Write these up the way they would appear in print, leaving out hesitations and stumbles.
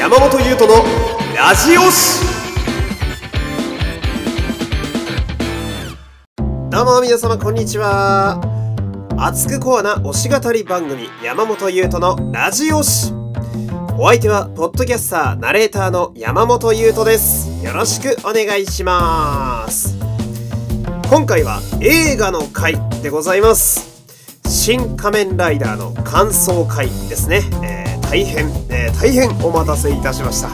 山本優斗のラジオシ。どうも皆様こんにちは。熱くコアな推し語り番組山本優斗のラジオシ。お相手はポッドキャスターナレーターの山本優斗です。よろしくお願いします。今回は映画の回でございます。新仮面ライダーの感想回ですね。大変お待たせいたしました。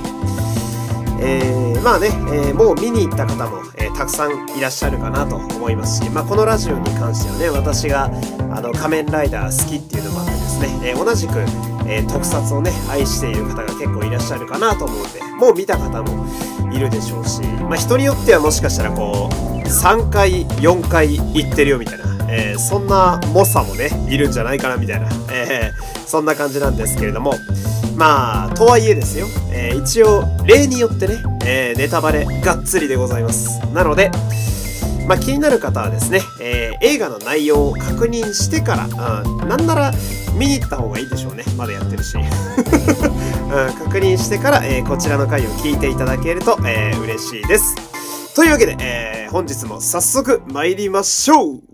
もう見に行った方も、たくさんいらっしゃるかなと思いますし、このラジオに関してはね、私が仮面ライダー好きっていうのもあってですね、同じく、特撮をね愛している方が結構いらっしゃるかなと思うんで、もう見た方もいるでしょうし、人によってはもしかしたらこう3回4回行ってるよみたいな、そんな猛者もねいるんじゃないかなみたいな、そんな感じなんですけれども、とはいえですよ、一応例によってね、ネタバレがっつりでございます。なので気になる方はですね、映画の内容を確認してから、なんなら見に行った方がいいでしょうね。まだやってるし、確認してから、こちらの回を聞いていただけると、嬉しいです。というわけで、本日も早速参りましょう。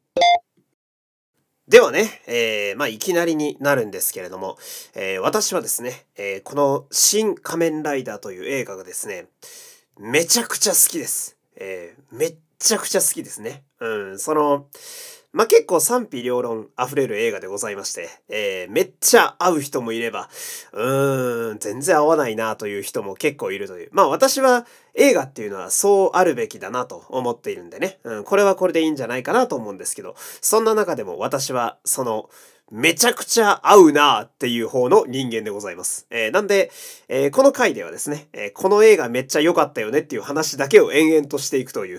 ではね、いきなりになるんですけれども、私はですね、この新仮面ライダーという映画がですね、めちゃくちゃ好きです。めっちゃくちゃ好きですね。結構賛否両論溢れる映画でございまして、めっちゃ合う人もいれば、全然合わないなという人も結構いるという。私は映画っていうのはそうあるべきだなと思っているんでね、これはこれでいいんじゃないかなと思うんですけど、そんな中でも私はめちゃくちゃ合うなっていう方の人間でございます。なんで、この回ではですね、この映画めっちゃ良かったよねっていう話だけを延々としていくという、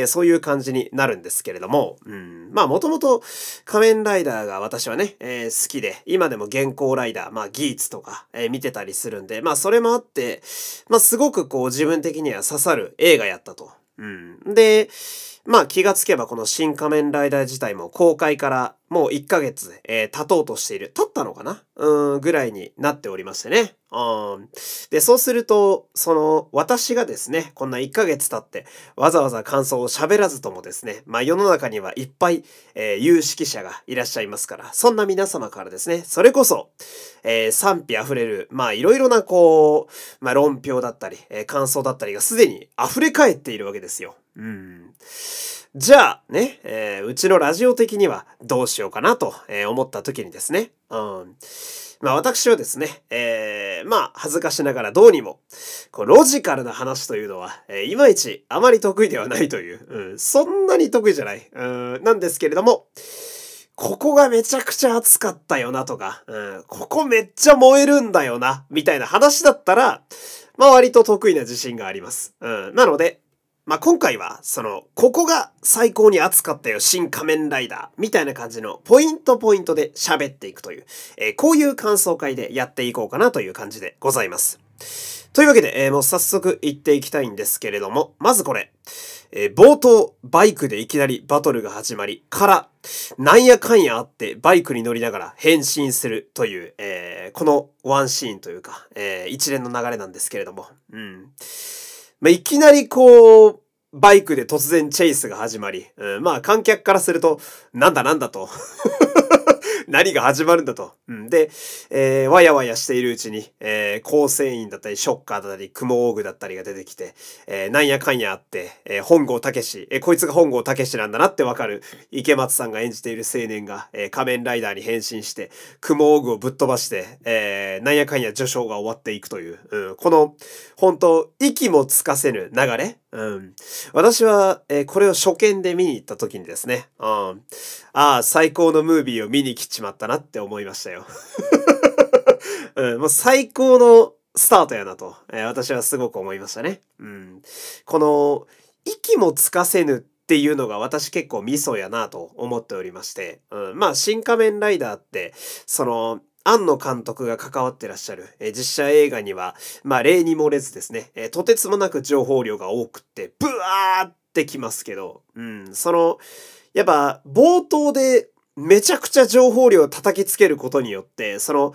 そういう感じになるんですけれども、もともと仮面ライダーが私はね、好きで、今でも現行ライダー、ギーツとか、見てたりするんで、それもあって、すごくこう自分的には刺さる映画やったと。で、気がつけばこの新仮面ライダー自体も公開からもう1ヶ月、経とうとしている。経ったのかなぐらいになっておりましてね。で、そうすると、私がですね、こんな1ヶ月経って、わざわざ感想を喋らずともですね、世の中にはいっぱい、有識者がいらっしゃいますから、そんな皆様からですね、それこそ、賛否あふれる、いろいろな論評だったり、感想だったりがすでに溢れ返っているわけですよ。じゃあね、うちのラジオ的にはどうしようかなと、思った時にですね、私はですね、恥ずかしながらどうにも、ロジカルな話というのは、いまいちあまり得意ではないという、そんなに得意じゃない、なんですけれども、ここがめちゃくちゃ熱かったよなとか、ここめっちゃ燃えるんだよな、みたいな話だったら、割と得意な自信があります。なので、今回は、ここが最高に熱かったよ、新仮面ライダー、みたいな感じのポイントで喋っていくという、こういう感想会でやっていこうかなという感じでございます。というわけで、もう早速行っていきたいんですけれども、まずこれ、冒頭、バイクでいきなりバトルが始まりから、なんやかんやあってバイクに乗りながら変身するという、このワンシーンというか、一連の流れなんですけれども、いきなりバイクで突然チェイスが始まり、観客からすると、なんだと。何が始まるんだと。で、わやわやしているうちに、構成員だったり、ショッカーだったり、クモオーグだったりが出てきて、なんやかんやあって、本郷武史、こいつが本郷武史なんだなってわかる池松さんが演じている青年が、仮面ライダーに変身して、クモオーグをぶっ飛ばして、なんやかんや序章が終わっていくという、この、本当息もつかせぬ流れ。私は、これを初見で見に行った時にですね、最高のムービーを見に来ちまったなって思いましたよ。もう最高のスタートやなと、私はすごく思いましたね。この、息もつかせぬっていうのが私結構ミソやなと思っておりまして、新仮面ライダーって、庵野監督が関わってらっしゃる、実写映画には、例に漏れずですね、とてつもなく情報量が多くって、ブワーってきますけど、やっぱ冒頭でめちゃくちゃ情報量を叩きつけることによって、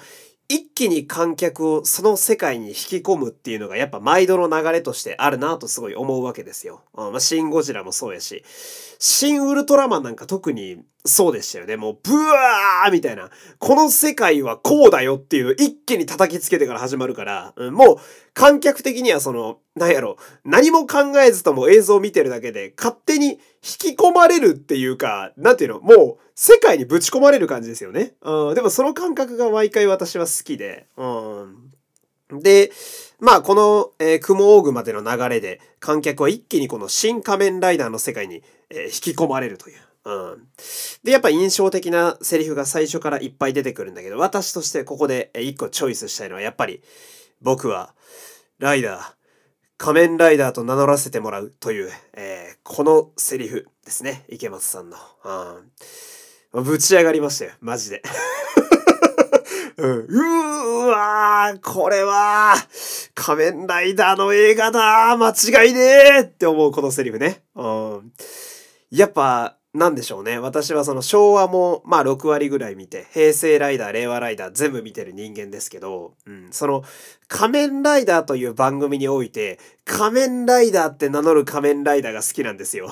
一気に観客をその世界に引き込むっていうのがやっぱ毎度の流れとしてあるなとすごい思うわけですよ。シン・ゴジラもそうやし、シン・ウルトラマンなんか特にそうでしたよね。もうブワーみたいな。この世界はこうだよっていうのを一気に叩きつけてから始まるから、もう観客的にはなんやろ、何も考えずとも映像を見てるだけで勝手に引き込まれるっていうか、なんていうの、もう世界にぶち込まれる感じですよね。でもその感覚が毎回私は好きで、で、まあこの、クモオーグまでの流れで観客は一気にこの新仮面ライダーの世界に、引き込まれるという。で、やっぱ印象的なセリフが最初からいっぱい出てくるんだけど、私としてここで一個チョイスしたいのはやっぱり、僕はライダー、仮面ライダーと名乗らせてもらうという、このセリフですね。池松さんの。ぶち上がりましたよ。マジで。うわー、これは、仮面ライダーの映画だ間違いねーって思うこのセリフね。やっぱ、なんでしょうね。私はその昭和もまあ6割ぐらい見て、平成ライダー、令和ライダー全部見てる人間ですけど、その仮面ライダーという番組において、仮面ライダーって名乗る仮面ライダーが好きなんですよ。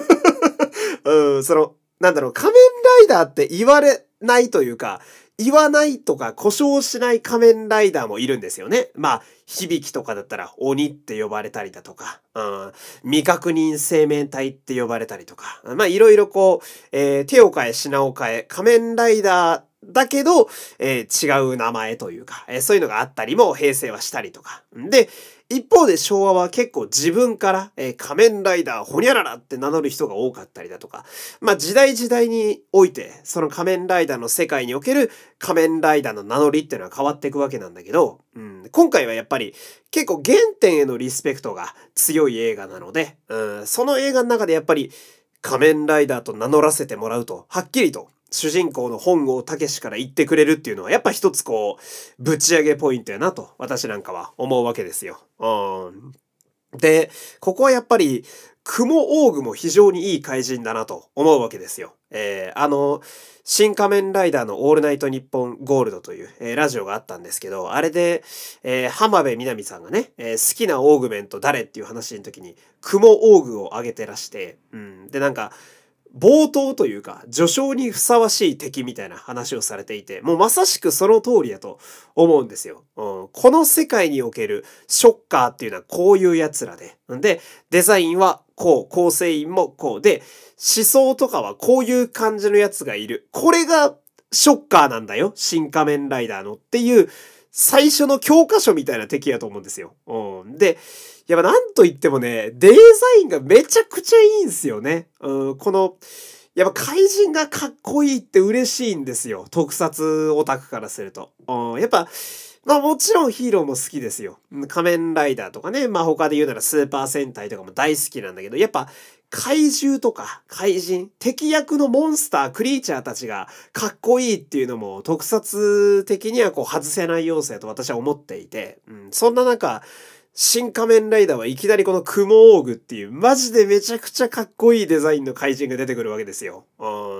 なんだろう、仮面ライダーって言われないというか、言わないとか故障しない仮面ライダーもいるんですよね。まあ、響きとかだったら鬼って呼ばれたりだとか、未確認生命体って呼ばれたりとか、まあいろいろこう、手を変え品を変え、仮面ライダーだけど、違う名前というか、そういうのがあったりも平成はしたりとか。で、一方で昭和は結構自分から、仮面ライダーほにゃららって名乗る人が多かったりだとか、まあ時代時代において、その仮面ライダーの世界における仮面ライダーの名乗りっていうのは変わっていくわけなんだけど、今回はやっぱり結構原点へのリスペクトが強い映画なので、その映画の中でやっぱり仮面ライダーと名乗らせてもらうと、はっきりと主人公の本郷武から言ってくれるっていうのはやっぱ一つこう、ぶち上げポイントやなと私なんかは思うわけですよ。で、ここはやっぱり、クモオーグも非常にいい怪人だなと思うわけですよ。新仮面ライダーのオールナイトニッポンゴールドという、ラジオがあったんですけど、あれで、浜辺美波さんがね、好きなオーグメント誰っていう話の時に、クモオーグを挙げてらして、で、なんか、冒頭というか、序章にふさわしい敵みたいな話をされていて、もうまさしくその通りやと思うんですよ。この世界におけるショッカーっていうのはこういう奴らで。で、デザインはこう、構成員もこうで、思想とかはこういう感じのやつがいる。これがショッカーなんだよ。新仮面ライダーのっていう最初の教科書みたいな敵やと思うんですよ。で、やっぱなんと言ってもね、デザインがめちゃくちゃいいんですよね。やっぱ怪人がかっこいいって嬉しいんですよ。特撮オタクからすると。やっぱ、まあもちろんヒーローも好きですよ。仮面ライダーとかね。まあ他で言うならスーパー戦隊とかも大好きなんだけど、やっぱ怪獣とか怪人、敵役のモンスター、クリーチャーたちがかっこいいっていうのも特撮的にはこう外せない要素やと私は思っていて、そんな中、新仮面ライダーはいきなりこのクモオーグっていうマジでめちゃくちゃかっこいいデザインの怪人が出てくるわけですよ。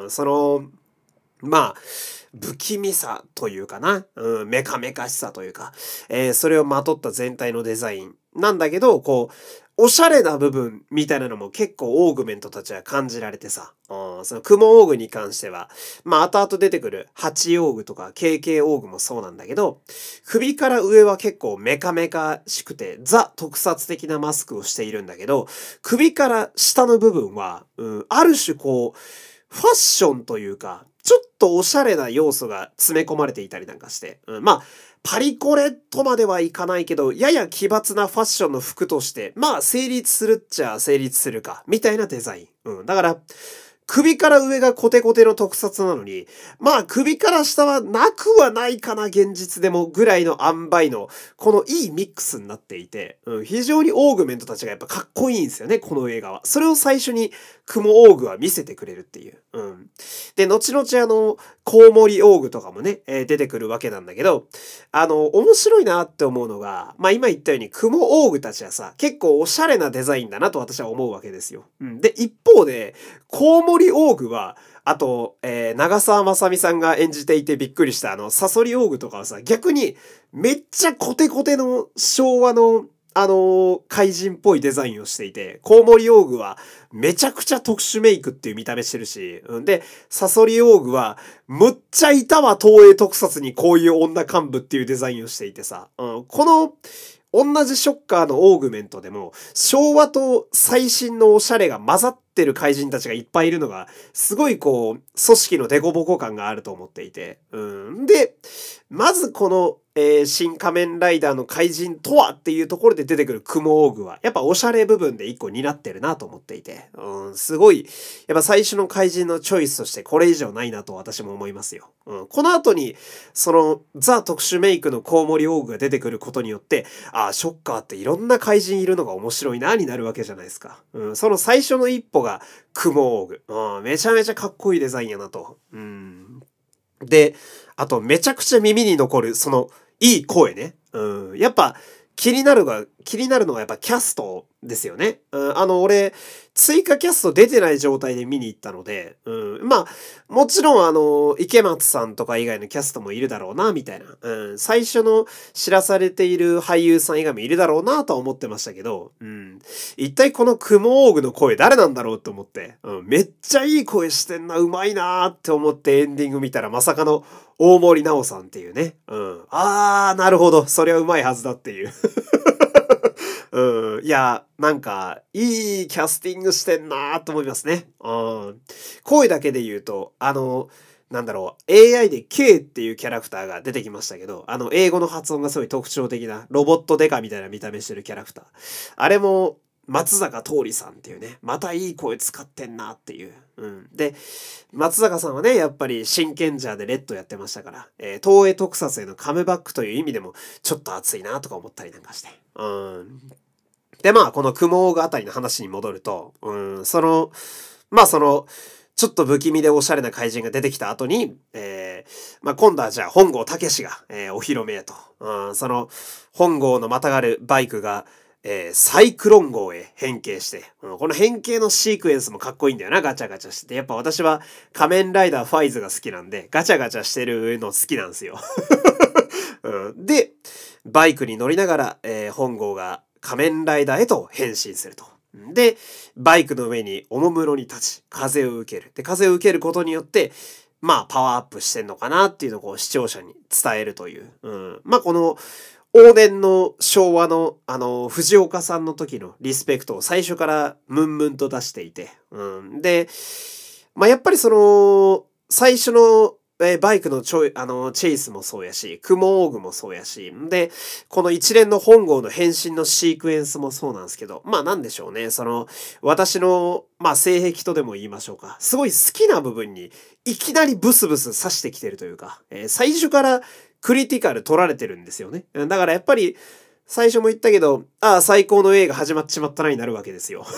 まあ、不気味さというかな、メカメカしさというか、それをまとった全体のデザインなんだけど、こう、おしゃれな部分みたいなのも結構オーグメントたちは感じられてさ、そのクモオーグに関しては、まあ後々出てくるハチオーグとか KK オーグもそうなんだけど、首から上は結構メカメカしくてザ特撮的なマスクをしているんだけど、首から下の部分は、ある種こう、ファッションというか、ちょっとおしゃれな要素が詰め込まれていたりなんかして、まあ、パリコレとまではいかないけど、やや奇抜なファッションの服として、まあ成立するっちゃ成立するか、みたいなデザイン。だから、首から上がコテコテの特撮なのに、まあ首から下はなくはないかな現実でもぐらいの塩梅の、このいいミックスになっていて、非常にオーグメントたちがやっぱかっこいいんですよね、この映画は。それを最初にクモオーグは見せてくれるっていう。で、後々コウモリオーグとかもね、出てくるわけなんだけど、面白いなって思うのが、まあ今言ったようにクモオーグたちはさ、結構おしゃれなデザインだなと私は思うわけですよ。で、一方で、コウモリオーグは、 あと、長澤まさみさんが演じていてびっくりしたサソリオーグとかはさ、逆にめっちゃコテコテの昭和の怪人っぽいデザインをしていて、コウモリオーグはめちゃくちゃ特殊メイクっていう見た目してるし、で、サソリオーグはむっちゃいたわ東映特撮にこういう女幹部っていうデザインをしていてさ、この同じショッカーのオーグメントでも昭和と最新のおしゃれが混ざってる怪人たちがいっぱいいるのがすごいこう組織のデコボコ感があると思っていて、で、まずこの新仮面ライダーの怪人とはっていうところで出てくるクモオーグは、やっぱおしゃれ部分で一個担ってるなと思っていて、すごい、やっぱ最初の怪人のチョイスとしてこれ以上ないなと私も思いますよ。この後に、そのザ特殊メイクのコウモリオーグが出てくることによって、ショッカーっていろんな怪人いるのが面白いなになるわけじゃないですか。その最初の一歩がクモオーグ。めちゃめちゃかっこいいデザインやなと。で、あとめちゃくちゃ耳に残る、その、いい声ね。やっぱ気になるのはやっぱキャストですよね。俺、追加キャスト出てない状態で見に行ったので、まあ、もちろん池松さんとか以外のキャストもいるだろうな、みたいな。最初の知らされている俳優さん以外もいるだろうな、とは思ってましたけど、一体このクモオーグの声誰なんだろうと思って、めっちゃいい声してんな、うまいなーって思ってエンディング見たらまさかの大森奈緒さんっていうね。なるほど。そりゃうまいはずだっていう。いや、なんか、いいキャスティングしてんなーと思いますね。声だけで言うと、なんだろう、AI で K っていうキャラクターが出てきましたけど、英語の発音がすごい特徴的な、ロボットデカみたいな見た目してるキャラクター。あれも、松坂桃李さんっていうね、またいい声使ってんなっていう。で、松坂さんはね、やっぱり真剣ジャーでレッドやってましたから、東映特撮へのカムバックという意味でも、ちょっと熱いなとか思ったりなんかして。で、まあ、この雲があたりの話に戻ると、ちょっと不気味でおしゃれな怪人が出てきた後に、今度はじゃあ本郷武史が、お披露目へと。その、本郷のまたがるバイクが、サイクロン号へ変形して、この変形のシークエンスもかっこいいんだよな、ガチャガチャしてて。やっぱ私は仮面ライダーファイズが好きなんで、ガチャガチャしてるの好きなんですよ。で、バイクに乗りながら、本郷が仮面ライダーへと変身すると。で、バイクの上におもむろに立ち、風を受ける。で、風を受けることによって、まあ、パワーアップしてんのかなっていうのをこう視聴者に伝えるという。この、往年の昭和の、藤岡さんの時のリスペクトを最初からムンムンと出していて。で、やっぱりその、最初のバイクのチェイスもそうやし、クモオーグもそうやし、で、この一連の本郷の変身のシークエンスもそうなんですけど、なんでしょうね、私の、性癖とでも言いましょうか。すごい好きな部分に、いきなりブスブス刺してきてるというか、最初からクリティカル取られてるんですよね。だからやっぱり、最初も言ったけど、最高の映画始まっちまったなになるわけですよ。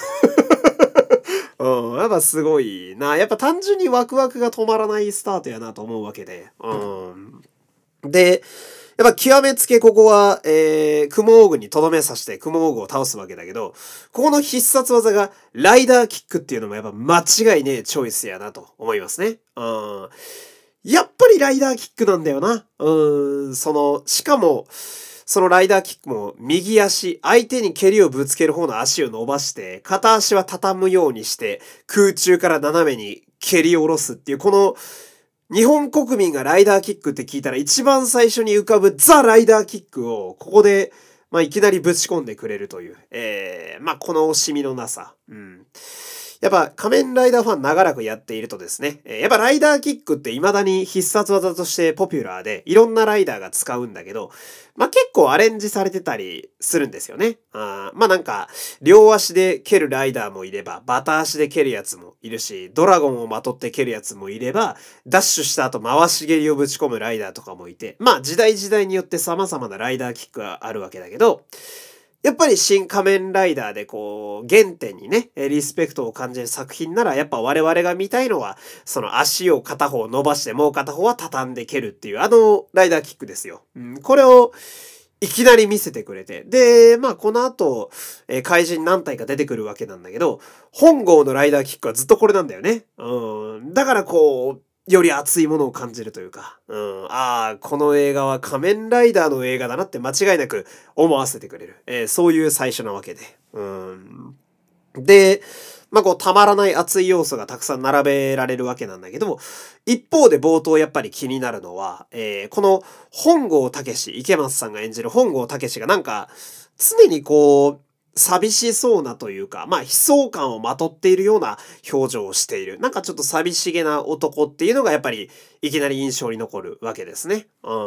やっぱすごいな。やっぱ単純にワクワクが止まらないスタートやなと思うわけで。で、やっぱ極めつけここは、クモオーグにとどめさせてクモオーグを倒すわけだけど、ここの必殺技がライダーキックっていうのもやっぱ間違いねえチョイスやなと思いますね。やっぱりライダーキックなんだよな。しかも、そのライダーキックも右足、相手に蹴りをぶつける方の足を伸ばして、片足は畳むようにして、空中から斜めに蹴り下ろすっていう、この、日本国民がライダーキックって聞いたら一番最初に浮かぶザ・ライダーキックを、ここで、いきなりぶち込んでくれるという、この惜しみのなさ。やっぱ仮面ライダーファン長らくやっているとですね、やっぱライダーキックって未だに必殺技としてポピュラーで、いろんなライダーが使うんだけど、結構アレンジされてたりするんですよね。なんか、両足で蹴るライダーもいれば、バタ足で蹴るやつもいるし、ドラゴンをまとって蹴るやつもいれば、ダッシュした後回し蹴りをぶち込むライダーとかもいて、時代時代によって様々なライダーキックがあるわけだけど、やっぱり新仮面ライダーでこう、原点にね、リスペクトを感じる作品なら、やっぱ我々が見たいのは、その足を片方伸ばしてもう片方は畳んで蹴るっていう、ライダーキックですよ。これを、 いきなり見せてくれて。で、まあこの後、怪人何体か出てくるわけなんだけど、本郷のライダーキックはずっとこれなんだよね。うん。だからこう、より熱いものを感じるというか、ああ、この映画は仮面ライダーの映画だなって間違いなく思わせてくれる。そういう最初なわけで。で、まあ、こう、たまらない熱い要素がたくさん並べられるわけなんだけど、一方で冒頭やっぱり気になるのは、この本郷武史、池松さんが演じる本郷武史がなんか、常にこう、寂しそうなというか、まあ、悲壮感をまとっているような表情をしている。なんかちょっと寂しげな男っていうのがやっぱりいきなり印象に残るわけですね。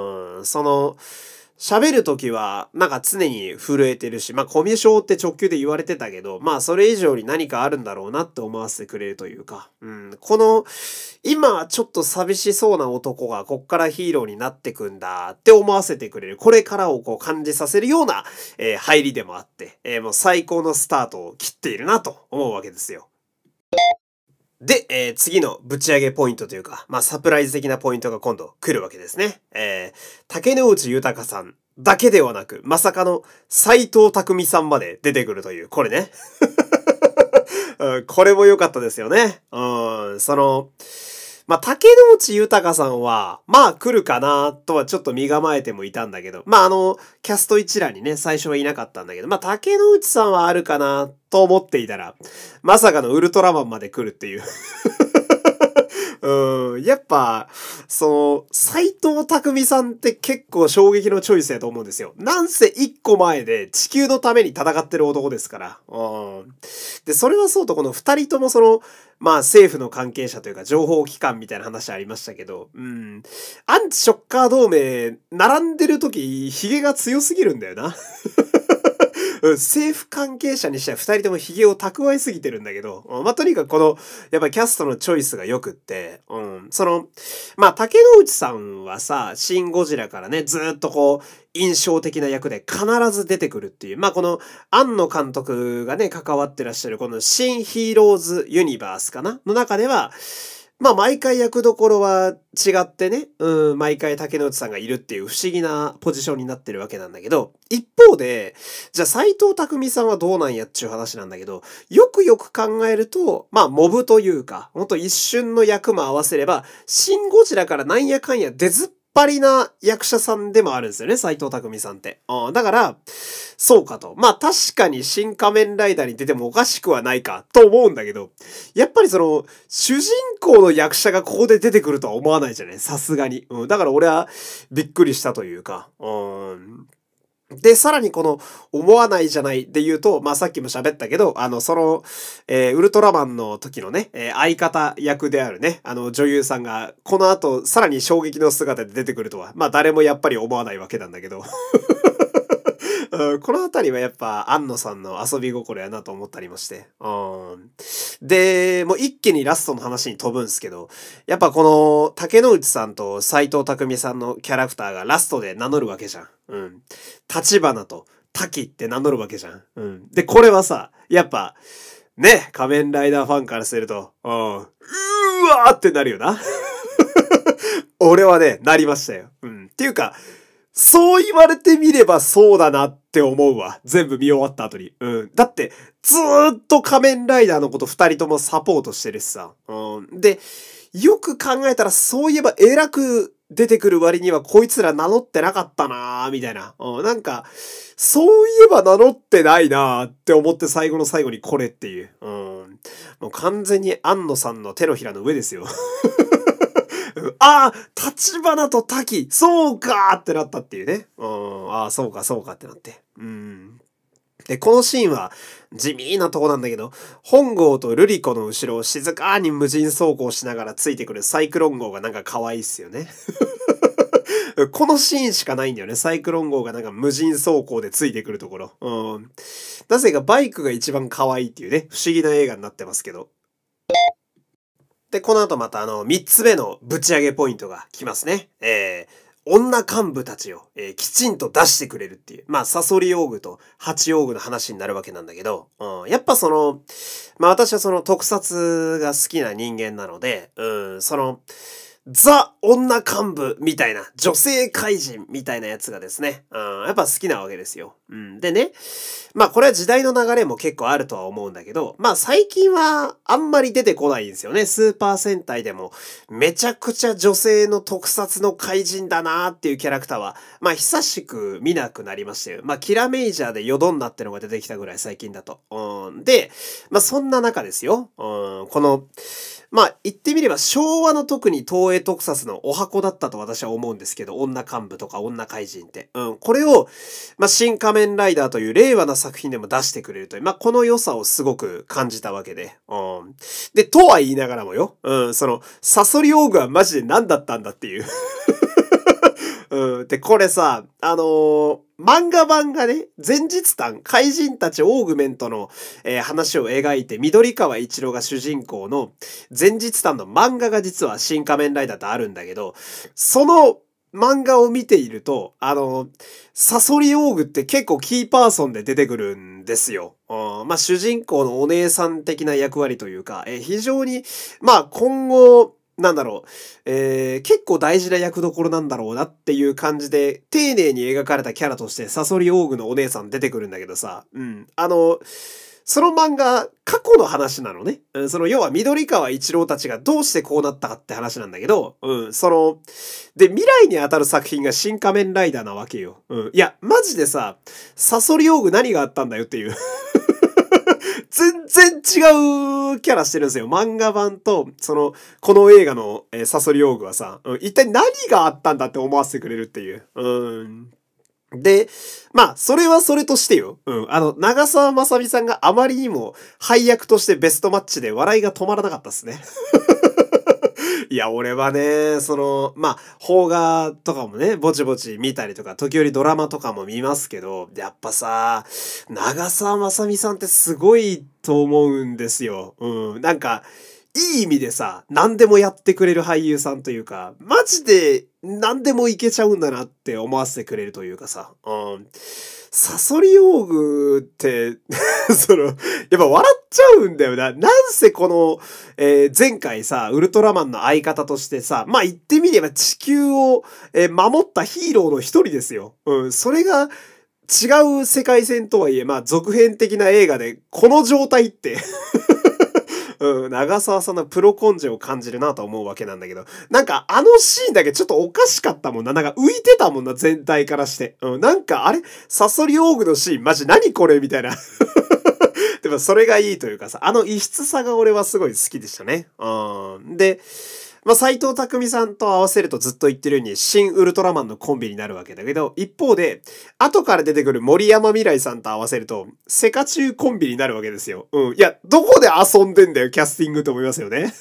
喋るときは、なんか常に震えてるし、まあコミュ障って直球で言われてたけど、まあそれ以上に何かあるんだろうなって思わせてくれるというか、この、今ちょっと寂しそうな男がこっからヒーローになってくんだって思わせてくれる、これからをこう感じさせるような、入りでもあって、もう最高のスタートを切っているなと思うわけですよ。で、次のぶち上げポイントというか、まあ、サプライズ的なポイントが今度来るわけですね。竹野内豊さんだけではなく、まさかの斎藤匠さんまで出てくるという、これね。これも良かったですよね。まあ、竹野内豊さんは、まあ来るかなとはちょっと身構えてもいたんだけど、まあキャスト一覧にね、最初はいなかったんだけど、まあ竹野内さんはあるかなと思っていたら、まさかのウルトラマンまで来るっていう。やっぱ、斎藤匠さんって結構衝撃のチョイスやと思うんですよ。なんせ一個前で地球のために戦ってる男ですから。で、それはそうとこの二人ともまあ政府の関係者というか情報機関みたいな話ありましたけど、アンチショッカー同盟、並んでる時、ヒゲが強すぎるんだよな。政府関係者にしては二人ともヒゲを蓄えすぎてるんだけど、まあ、とにかくやっぱキャストのチョイスが良くって、まあ、竹野内さんはさ、シン・ゴジラからね、ずーっとこう、印象的な役で必ず出てくるっていう、まあ、庵野監督がね、関わってらっしゃるこの新ヒーローズユニバースかなの中では、まあ、毎回役どころは違ってね、毎回竹野内さんがいるっていう不思議なポジションになってるわけなんだけど、一方で、じゃあ斎藤匠さんはどうなんやっちゅう話なんだけど、よくよく考えると、まあ、モブというか、ほんと一瞬の役も合わせれば、シン・ゴジラからなんやかんや出ずっぱりな役者さんでもあるんですよね、斎藤匠さんって。だから、そうかと。まあ確かに新仮面ライダーに出てもおかしくはないかと思うんだけど、やっぱり主人公の役者がここで出てくるとは思わないじゃないさすがに。だから俺はびっくりしたというか、で、さらに思わないじゃないで言うと、まあ、さっきも喋ったけど、ウルトラマンの時のね、相方役であるね、女優さんが、この後、さらに衝撃の姿で出てくるとは、まあ、誰もやっぱり思わないわけなんだけど。このあたりはやっぱ、庵野さんの遊び心やなと思ったりもして。で、もう一気にラストの話に飛ぶんすけど、やっぱ竹野内さんと斎藤匠さんのキャラクターがラストで名乗るわけじゃん。立花と滝って名乗るわけじゃん。で、これはさ、やっぱ、ね、仮面ライダーファンからすると、うわーってなるよな。俺はね、なりましたよ。っていうか、そう言われてみればそうだなって思うわ。全部見終わった後に。だって、ずーっと仮面ライダーのこと二人ともサポートしてるしさ。で、よく考えたらそういえば偉く出てくる割にはこいつら名乗ってなかったなーみたいな。なんか、そういえば名乗ってないなーって思って最後の最後にこれっていう。もう完全に安野さんの手のひらの上ですよ。ああ、立花と滝、そうかーってなったっていうね。ああ、そうか、そうかってなって。で、このシーンは地味なとこなんだけど、本郷とルリ子の後ろを静かに無人走行しながらついてくるサイクロン号がなんか可愛いっすよね。このシーンしかないんだよね。サイクロン号がなんか無人走行でついてくるところ。なぜかバイクが一番可愛いっていうね、不思議な映画になってますけど。で、この後また三つ目のぶち上げポイントが来ますね。女幹部たちを、きちんと出してくれるっていう。まあ、サソリオーグとハチオーグの話になるわけなんだけど、やっぱまあ私は特撮が好きな人間なので、 ザ女幹部みたいな、女性怪人みたいなやつがですね、やっぱ好きなわけですよ。でね、まあこれは時代の流れも結構あるとは思うんだけど、まあ最近はあんまり出てこないんですよね。スーパー戦隊でもめちゃくちゃ女性の特撮の怪人だなーっていうキャラクターは、まあ久しく見なくなりましたよ。まあキラメイジャーでヨドンナってのが出てきたぐらい最近だと。で、まあそんな中ですよ。この、まあ言ってみれば昭和の特に東映特撮のお箱だったと私は思うんですけど、女幹部とか女怪人って。これを、まあ新仮面ライダーという令和な作品でも出してくれるという、まあこの良さをすごく感じたわけで。で、とは言いながらもよ。その、サソリオーグはマジで何だったんだっていう。で、これさ、漫画版がね、前日譚、怪人たちオーグメントの、話を描いて、緑川一郎が主人公の前日譚の漫画が実は新仮面ライダーってあるんだけど、その漫画を見ていると、サソリオーグって結構キーパーソンで出てくるんですよ。まあ、主人公のお姉さん的な役割というか、非常に、まあ、今後、なんだろう、結構大事な役どころなんだろうなっていう感じで、丁寧に描かれたキャラとして、サソリオーグのお姉さん出てくるんだけどさ、その漫画、過去の話なのね。その、要は緑川一郎たちがどうしてこうなったかって話なんだけど、で、未来に当たる作品が新仮面ライダーなわけよ。いや、マジでさ、サソリオーグ何があったんだよっていう。全然違うキャラしてるんですよ。漫画版と、この映画の、サソリオーグはさ、一体何があったんだって思わせてくれるっていう。で、まあ、それはそれとしてよ。長澤まさみさんがあまりにも配役としてベストマッチで笑いが止まらなかったっすね。いや、俺はね、まあ、邦画とかもね、ぼちぼち見たりとか、時折ドラマとかも見ますけど、やっぱさ、長澤まさみさんってすごいと思うんですよ。なんか、いい意味でさ、何でもやってくれる俳優さんというか、マジで何でもいけちゃうんだなって思わせてくれるというかさ、サソリオーグって、やっぱ笑っちゃうんだよな。なんせこの、前回さ、ウルトラマンの相方としてさ、まあ言ってみれば地球を、守ったヒーローの一人ですよ。それが違う世界線とはいえ、まあ続編的な映画で、この状態って長澤さんのプロ根性を感じるなと思うわけなんだけど、なんかあのシーンだけちょっとおかしかったもんな。なんか浮いてたもんな、全体からして。なんかあれサソリオーグのシーン、マジ何これみたいな。でもそれがいいというかさ、あの異質さが俺はすごい好きでしたね。で、まあ、斎藤匠さんと合わせるとずっと言ってるように、新ウルトラマンのコンビになるわけだけど、一方で、後から出てくる森山未来さんと合わせると、セカチュウコンビになるわけですよ。いや、どこで遊んでんだよ、キャスティングと思いますよね。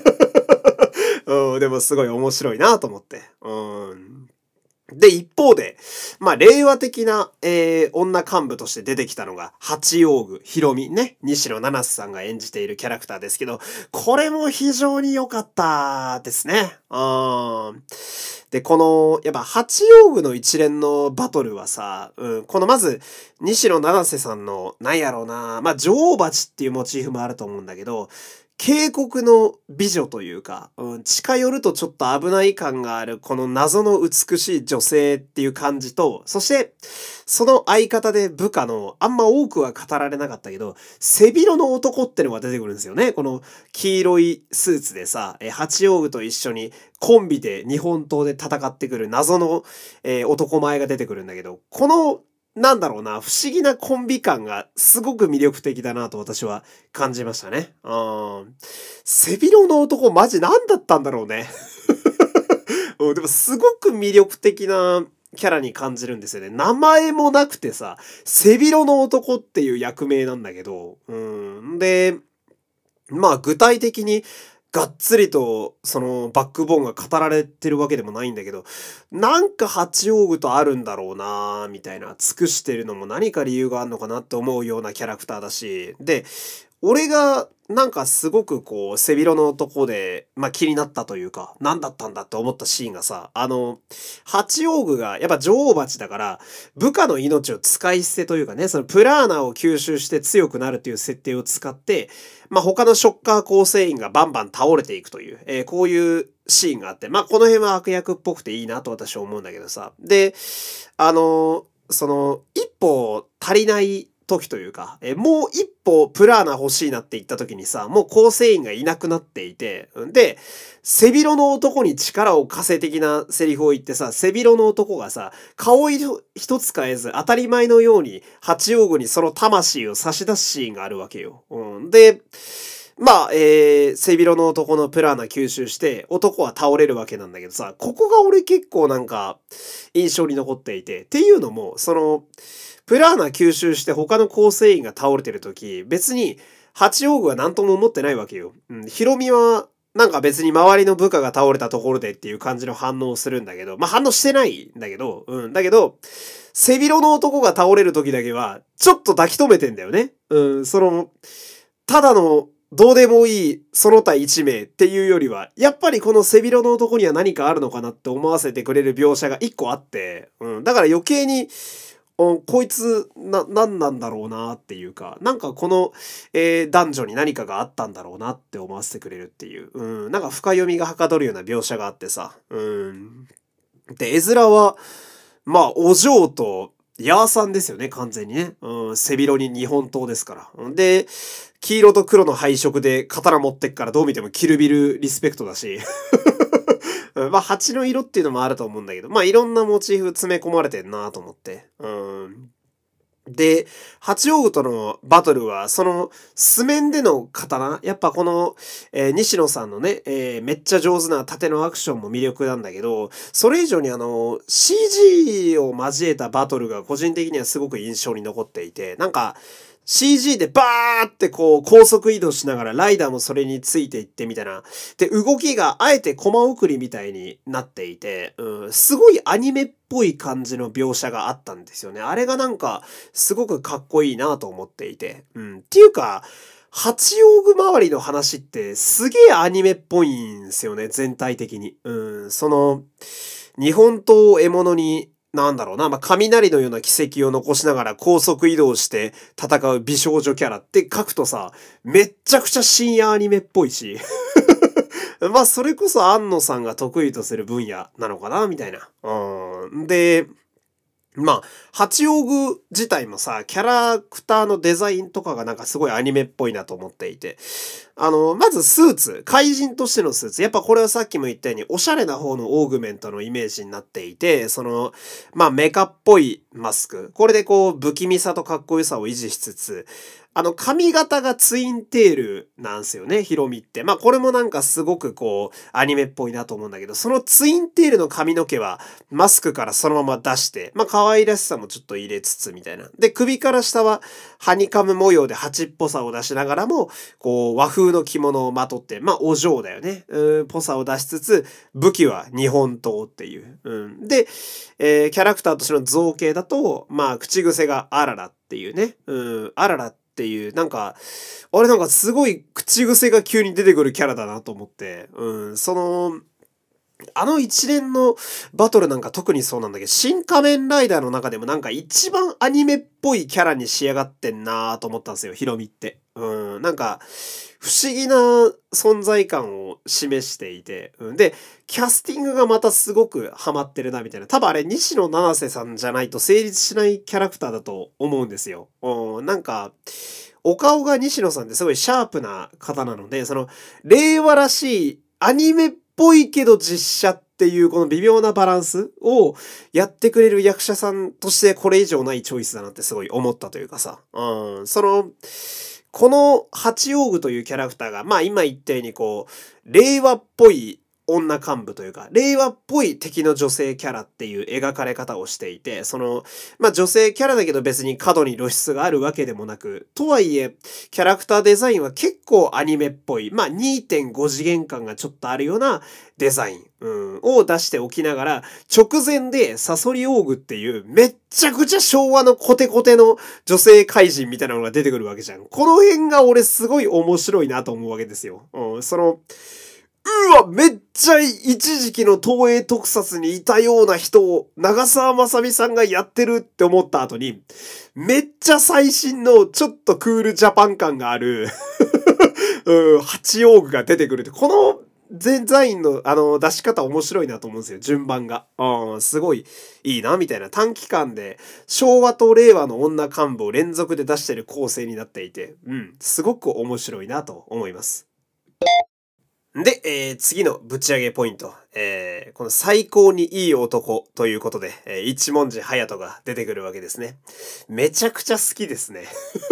でもすごい面白いなと思って。で、一方で、まあ、令和的な、女幹部として出てきたのが、八王具、ひろみね、西野七瀬さんが演じているキャラクターですけど、これも非常に良かったですね。で、やっぱ八王具の一連のバトルはさ、このまず、西野七瀬さんの、なんやろうな、まあ、女王蜂っていうモチーフもあると思うんだけど、渓谷の美女というか、近寄るとちょっと危ない感がある、この謎の美しい女性っていう感じと、そして、その相方で部下の、あんま多くは語られなかったけど、背広の男ってのが出てくるんですよね。この黄色いスーツでさ、八王具と一緒にコンビで日本刀で戦ってくる謎の、男前が出てくるんだけど、このなんだろうな、不思議なコンビ感がすごく魅力的だなと私は感じましたね。背広の男マジ何だったんだろうね。でもすごく魅力的なキャラに感じるんですよね。名前もなくてさ、背広の男っていう役名なんだけど、で、まあ具体的にがっつりとそのバックボーンが語られてるわけでもないんだけど、なんか八王具とあるんだろうなみたいな、尽くしてるのも何か理由があるのかなって思うようなキャラクターだし、で、俺がなんかすごくこう、背広のとこで、まあ気になったというか、何だったんだって思ったシーンがさ、八王具がやっぱ女王蜂だから、部下の命を使い捨てというかね、そのプラーナを吸収して強くなるっていう設定を使って、まあ他のショッカー構成員がバンバン倒れていくという、こういうシーンがあって、まあこの辺は悪役っぽくていいなと私は思うんだけどさ。で、一歩足りない時というか、もう一歩プラーナ欲しいなって言った時にさ、もう構成員がいなくなっていて、で、背広の男に力を貸せ的なセリフを言ってさ、背広の男がさ、顔一つ変えず当たり前のように八王子にその魂を差し出すシーンがあるわけよ。で、まあ、背広の男のプラーナ吸収して、男は倒れるわけなんだけどさ、ここが俺結構なんか、印象に残っていて、っていうのも、プラーナ吸収して他の構成員が倒れてる時、別に、八王具は何とも思ってないわけよ。ヒロミは、なんか別に周りの部下が倒れたところでっていう感じの反応をするんだけど、まあ反応してないんだけど、だけど、背広の男が倒れる時だけは、ちょっと抱き留めてんだよね。ただの、どうでもいいその他一名っていうよりは、やっぱりこの背広の男には何かあるのかなって思わせてくれる描写が一個あって、だから余計に、こいつ、何なんだろうなっていうか、なんかこの、男女に何かがあったんだろうなって思わせてくれるっていう、なんか深読みがはかどるような描写があってさ、で、絵面は、まあ、お嬢と、ヤーさんですよね、完全にね。背広に日本刀ですから。で、黄色と黒の配色で刀持ってっからどう見てもキルビルリスペクトだし。まあ、蜂の色っていうのもあると思うんだけど、まあ、いろんなモチーフ詰め込まれてんなと思って。で、八王子とのバトルは、その、素面での刀、やっぱこの、西野さんのね、めっちゃ上手な盾のアクションも魅力なんだけど、それ以上にCG を交えたバトルが個人的にはすごく印象に残っていて、なんか、CG でバーってこう高速移動しながらライダーもそれについていってみたいな。で、動きがあえてコマ送りみたいになっていて、すごいアニメっぽい感じの描写があったんですよね。あれがなんかすごくかっこいいなと思っていて。っていうか、八王子周りの話ってすげえアニメっぽいんですよね、全体的に。日本刀を獲物になんだろうな、まあ、雷のような軌跡を残しながら高速移動して戦う美少女キャラって書くとさ、めっちゃくちゃ深夜アニメっぽいし。まあ、それこそ安野さんが得意とする分野なのかな、みたいな。で、まあ、八王具自体もさ、キャラクターのデザインとかがなんかすごいアニメっぽいなと思っていて。まずスーツ、怪人としてのスーツ。やっぱこれはさっきも言ったように、おしゃれな方のオーグメントのイメージになっていて、まあメカっぽいマスク。これでこう、不気味さとかっこよさを維持しつつ、髪型がツインテールなんすよね、ヒロミって。まあ、これもなんかすごくこう、アニメっぽいなと思うんだけど、そのツインテールの髪の毛は、マスクからそのまま出して、まあ、可愛らしさもちょっと入れつつみたいな。で、首から下は、ハニカム模様で蜂っぽさを出しながらも、こう、和風の着物をまとって、まあ、お嬢だよね。ぽさを出しつつ、武器は日本刀っていう。で、キャラクターとしての造形だと、まあ、口癖があららっていうね。あららっていう、なんか、あれなんかすごい口癖が急に出てくるキャラだなと思って、あの一連のバトルなんか特にそうなんだけど、新仮面ライダーの中でもなんか一番アニメっぽいキャラに仕上がってんなと思ったんですよ、ヒロミって。なんか、不思議な存在感を示していて、で、キャスティングがまたすごくハマってるな、みたいな。多分あれ、西野七瀬さんじゃないと成立しないキャラクターだと思うんですよ。なんか、お顔が西野さんってすごいシャープな方なので、令和らしいアニメっぽいけど実写っていうこの微妙なバランスをやってくれる役者さんとしてこれ以上ないチョイスだなってすごい思ったというかさ。この八王具というキャラクターが、まあ今言ったようにこう、令和っぽい女幹部というか、令和っぽい敵の女性キャラっていう描かれ方をしていて、女性キャラだけど別に過度に露出があるわけでもなく、とはいえ、キャラクターデザインは結構アニメっぽい、2.5次元感がちょっとあるようなデザイン、を出しておきながら、直前でサソリオーグっていうめっちゃくちゃ昭和のコテコテの女性怪人みたいなのが出てくるわけじゃん。この辺が俺すごい面白いなと思うわけですよ。めっちゃ一時期の東映特撮にいたような人を長澤まさみさんがやってるって思った後に、めっちゃ最新のちょっとクールジャパン感があるハチオーグが出てくるって、このデザインの出し方面白いなと思うんですよ、順番が。すごいいいな、みたいな。短期間で昭和と令和の女幹部を連続で出してる構成になっていて、すごく面白いなと思います。で、次のぶち上げポイント。この最高にいい男ということで、一文字隼人が出てくるわけですね。めちゃくちゃ好きですね。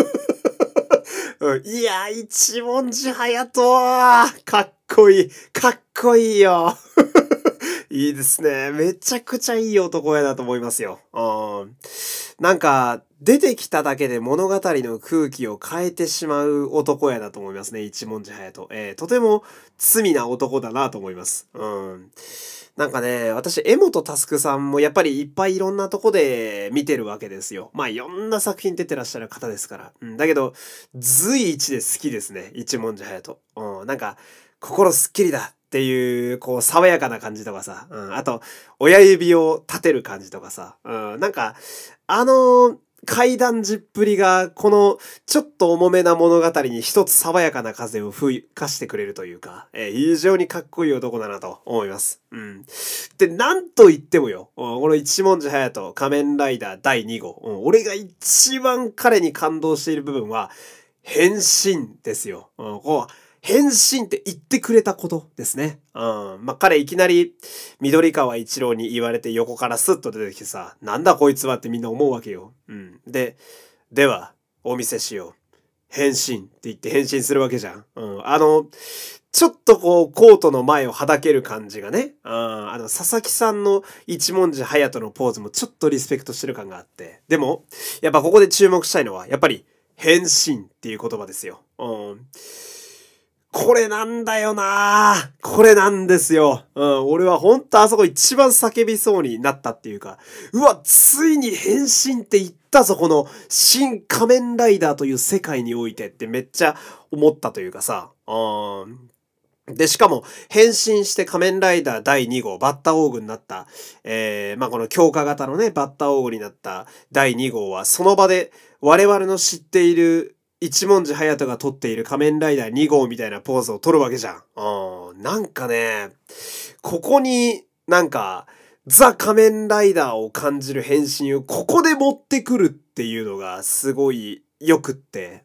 いや、一文字隼人かっこいい。かっこいいよ。いいですね。めちゃくちゃいい男やなと思いますよ。なんか、出てきただけで物語の空気を変えてしまう男やなと思いますね。一文字隼人。とても罪な男だなと思います。なんかね、私、江本佑さんもやっぱりいっぱいいろんなとこで見てるわけですよ。いろんな作品出てらっしゃる方ですから。だけど、随一で好きですね。一文字隼人。なんか、心すっきりだっていう、爽やかな感じとかさ。あと、親指を立てる感じとかさ。なんか、怪談じっぷりが、この、ちょっと重めな物語に一つ爽やかな風を吹かしてくれるというか、非常にかっこいい男だなと思います。で、なんと言ってもよ、この一文字隼人仮面ライダー第2号、俺が一番彼に感動している部分は、変身ですよ。変身って言ってくれたことですね。彼いきなり緑川一郎に言われて横からスッと出てきてさ、なんだこいつはってみんな思うわけよ。では、お見せしよう。変身って言って変身するわけじゃん。ちょっとコートの前をはだける感じがね。佐々木さんの一文字隼人のポーズもちょっとリスペクトしてる感があって。でも、やっぱここで注目したいのは、やっぱり変身っていう言葉ですよ。これなんだよなこれなんですよ。俺はほんとあそこ一番叫びそうになったっていうか、ついに変身って言ったぞ、この新仮面ライダーという世界においてってめっちゃ思ったというかさ。で、しかも、変身して仮面ライダー第2号、バッタオーグになった、この強化型のね、バッタオーグになった第2号は、その場で我々の知っている一文字隼人が撮っている仮面ライダー2号みたいなポーズを撮るわけじゃん。なんかね、ここになんか、ザ仮面ライダーを感じる変身をここで持ってくるっていうのがすごいよくって、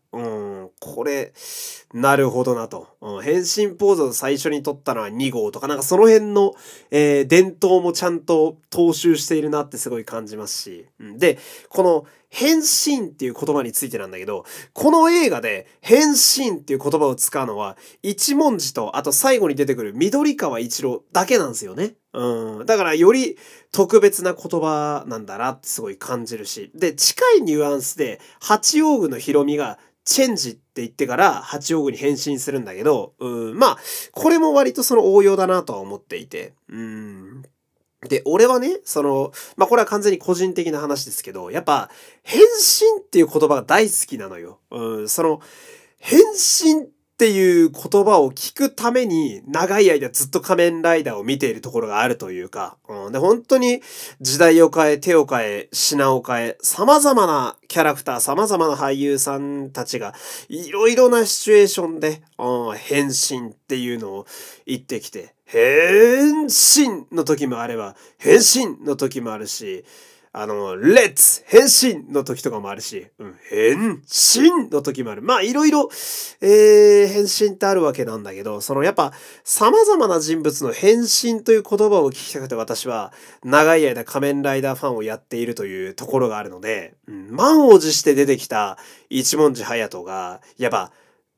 これ、なるほどなと。変身ポーズを最初に撮ったのは2号とか、なんかその辺の、伝統もちゃんと踏襲しているなってすごい感じますし。で、この変身っていう言葉についてなんだけど、この映画で変身っていう言葉を使うのは、一文字と、あと最後に出てくる緑川一郎だけなんですよね。だからより特別な言葉なんだなってすごい感じるし。で、近いニュアンスで、八王子のヒロミがチェンジって言ってから八王子に変身するんだけど、これも割とその応用だなとは思っていて。で、俺はね、これは完全に個人的な話ですけど、やっぱ、変身っていう言葉が大好きなのよ。変身っていう言葉を聞くために、長い間ずっと仮面ライダーを見ているところがあるというか、で、本当に時代を変え、手を変え、品を変え、様々なキャラクター、様々な俳優さんたちが、いろいろなシチュエーションで、変身っていうのを言ってきて、変身の時もあれば、変身の時もあるし、レッツ変身の時とかもあるし、変身の時もある。いろいろ、変身ってあるわけなんだけど、やっぱ、様々な人物の変身という言葉を聞きたくて私は、長い間仮面ライダーファンをやっているというところがあるので、満を持して出てきた一文字隼人が、やっぱ、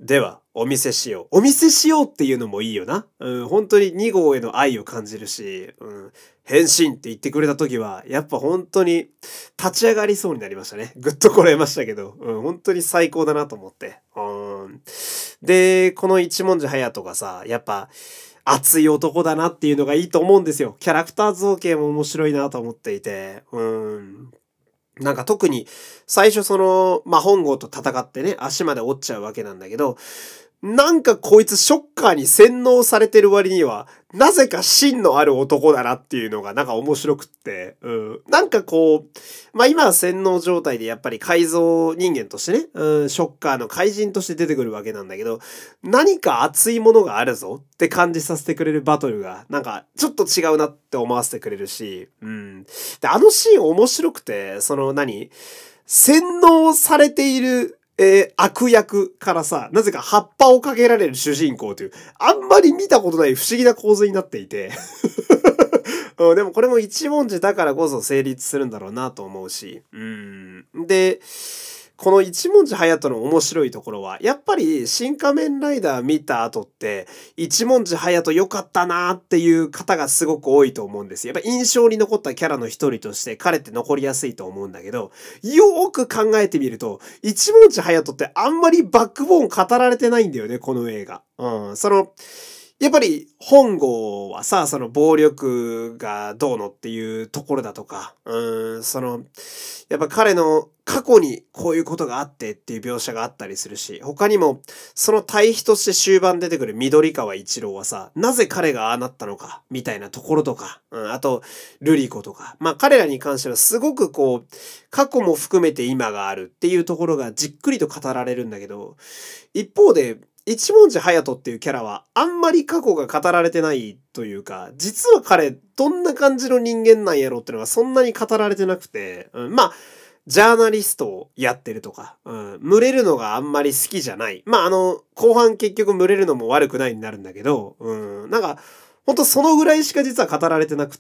では、お見せしよう。お見せしようっていうのもいいよな。うん、本当に2号への愛を感じるし、うん、変身って言ってくれた時は、やっぱ本当に立ち上がりそうになりましたね。ぐっとこらえましたけど、うん、本当に最高だなと思って。で、この一文字隼人がさ、やっぱ、熱い男だなっていうのがいいと思うんですよ。キャラクター造形も面白いなと思っていて。なんか特に最初本郷と戦ってね、足まで折っちゃうわけなんだけど、なんかこいつショッカーに洗脳されてる割には、なぜか芯のある男だなっていうのがなんか面白くって、なんかこう、今は洗脳状態でやっぱり改造人間としてね、ショッカーの怪人として出てくるわけなんだけど、何か熱いものがあるぞって感じさせてくれるバトルが、なんかちょっと違うなって思わせてくれるし、で、あのシーン面白くて、洗脳されている悪役からさ、なぜか葉っぱをかけられる主人公という、あんまり見たことない不思議な構図になっていて。でもこれも一文字だからこそ成立するんだろうなと思うし。で、この一文字隼人の面白いところは、やっぱり新仮面ライダー見た後って、一文字隼人良かったなーっていう方がすごく多いと思うんですよ。やっぱ印象に残ったキャラの一人として彼って残りやすいと思うんだけど、よーく考えてみると、一文字隼人ってあんまりバックボーン語られてないんだよね、この映画。やっぱり本郷はさ、その暴力がどうのっていうところだとか、やっぱ彼の過去にこういうことがあってっていう描写があったりするし、他にもその対比として終盤出てくる緑川一郎はさ、なぜ彼がああなったのか、みたいなところとか、あと、ルリ子とか、彼らに関してはすごくこう、過去も含めて今があるっていうところがじっくりと語られるんだけど、一方で、一文字隼人っていうキャラはあんまり過去が語られてないというか、実は彼どんな感じの人間なんやろっていうのがそんなに語られてなくて、ジャーナリストをやってるとか、群れるのがあんまり好きじゃない。後半結局群れるのも悪くないになるんだけど、なんか、ほんとそのぐらいしか実は語られてなくって、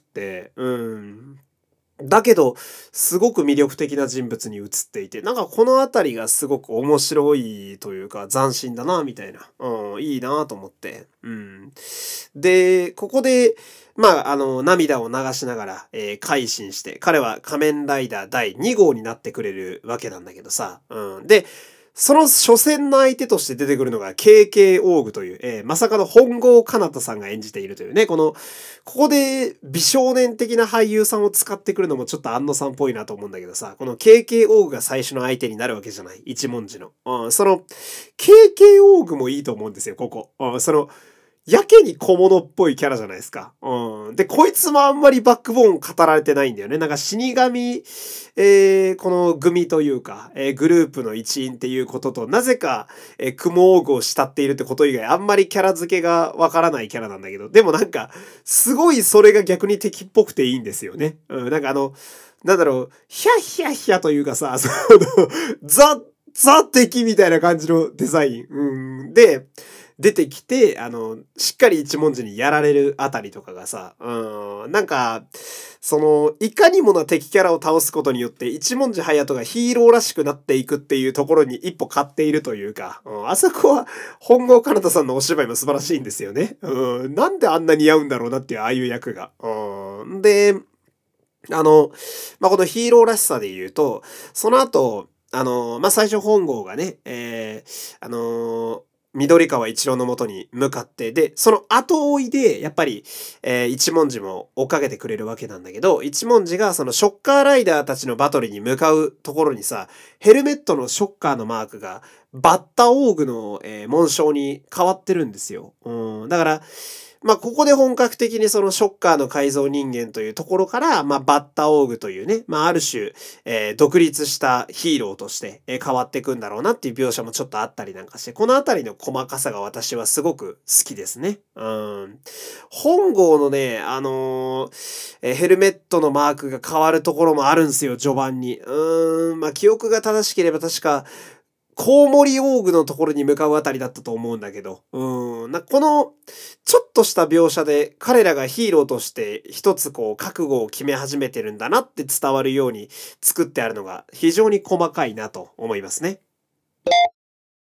だけど、すごく魅力的な人物に映っていて、なんかこのあたりがすごく面白いというか斬新だな、みたいな。いいなと思って。で、ここで、涙を流しながら、改心して、彼は仮面ライダー第2号になってくれるわけなんだけどさ。で、その初戦の相手として出てくるのが KK オーグという、まさかの本郷奏多さんが演じているというね、ここで美少年的な俳優さんを使ってくるのもちょっと安野さんっぽいなと思うんだけどさ、この KK オーグが最初の相手になるわけじゃない。一文字の。KK オーグもいいと思うんですよ、ここ。やけに小物っぽいキャラじゃないですか。で、こいつもあんまりバックボーン語られてないんだよね。なんか死神、この組というか、グループの一員っていうことと、なぜか、雲オーグを慕っているってこと以外、あんまりキャラ付けがわからないキャラなんだけど、でもなんか、すごいそれが逆に敵っぽくていいんですよね。なんかなんだろう、ヒャッヒャッヒャというかさ、ザ敵みたいな感じのデザイン。で、出てきて、しっかり一文字にやられるあたりとかがさ、なんか、いかにもな敵キャラを倒すことによって、一文字隼人がヒーローらしくなっていくっていうところに一歩買っているというか、あそこは本郷奏多さんのお芝居も素晴らしいんですよね。なんであんなに似合うんだろうなっていう、ああいう役が。で、このヒーローらしさで言うと、その後、最初本郷がね、緑川一郎のもとに向かって、で、その後追いで、やっぱり、一文字も追っかけてくれるわけなんだけど、一文字がそのショッカーライダーたちのバトルに向かうところにさ、ヘルメットのショッカーのマークが、バッタオーグの、紋章に変わってるんですよ。だから、ここで本格的にそのショッカーの改造人間というところから、バッタオーグというね、ある種、独立したヒーローとして、変わっていくんだろうなっていう描写もちょっとあったりなんかして、このあたりの細かさが私はすごく好きですね。本郷のね、ヘルメットのマークが変わるところもあるんですよ、序盤に。記憶が正しければ確か、コウモリオーグのところに向かうあたりだったと思うんだけど、この、ちょっとした描写で彼らがヒーローとして一つこう覚悟を決め始めてるんだなって伝わるように作ってあるのが非常に細かいなと思いますね。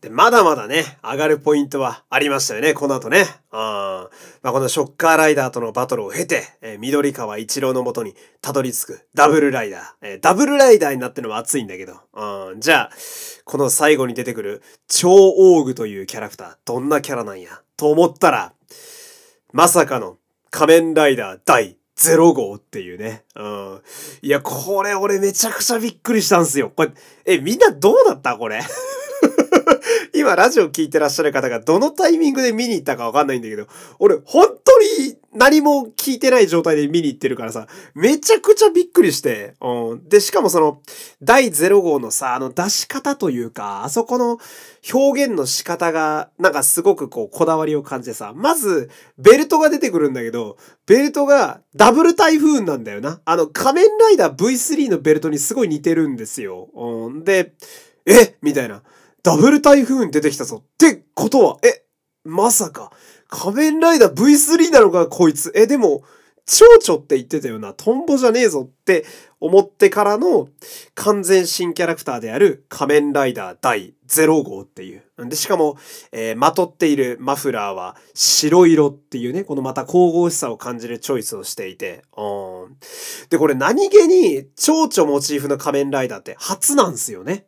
で、まだまだね、上がるポイントはありましたよね、この後ね。このショッカーライダーとのバトルを経て、緑川一郎の元にたどり着くダブルライダー。ダブルライダーになってのは熱いんだけど。じゃあ、この最後に出てくる超オーグというキャラクター、どんなキャラなんやと思ったら、まさかの仮面ライダー第0号っていうね。いや、これ俺めちゃくちゃびっくりしたんすよ。これ、みんなどうだったこれ。今ラジオ聞いてらっしゃる方がどのタイミングで見に行ったかわかんないんだけど、俺本当に何も聞いてない状態で見に行ってるからさ、めちゃくちゃびっくりして、で、しかもその、第0号のさ、出し方というか、あそこの表現の仕方が、なんかすごくこだわりを感じてさ、まず、ベルトが出てくるんだけど、ベルトがダブル台風なんだよな。仮面ライダー V3 のベルトにすごい似てるんですよ。で、みたいな。ダブル台風出てきたぞ。ってことは、まさか、仮面ライダー V3 なのかこいつ。でも、蝶々って言ってたよな。トンボじゃねえぞって思ってからの完全新キャラクターである仮面ライダー第0号っていう。で、しかも、まとっているマフラーは白色っていうね、このまた神々しさを感じるチョイスをしていて。で、これ何気に蝶々モチーフの仮面ライダーって初なんすよね。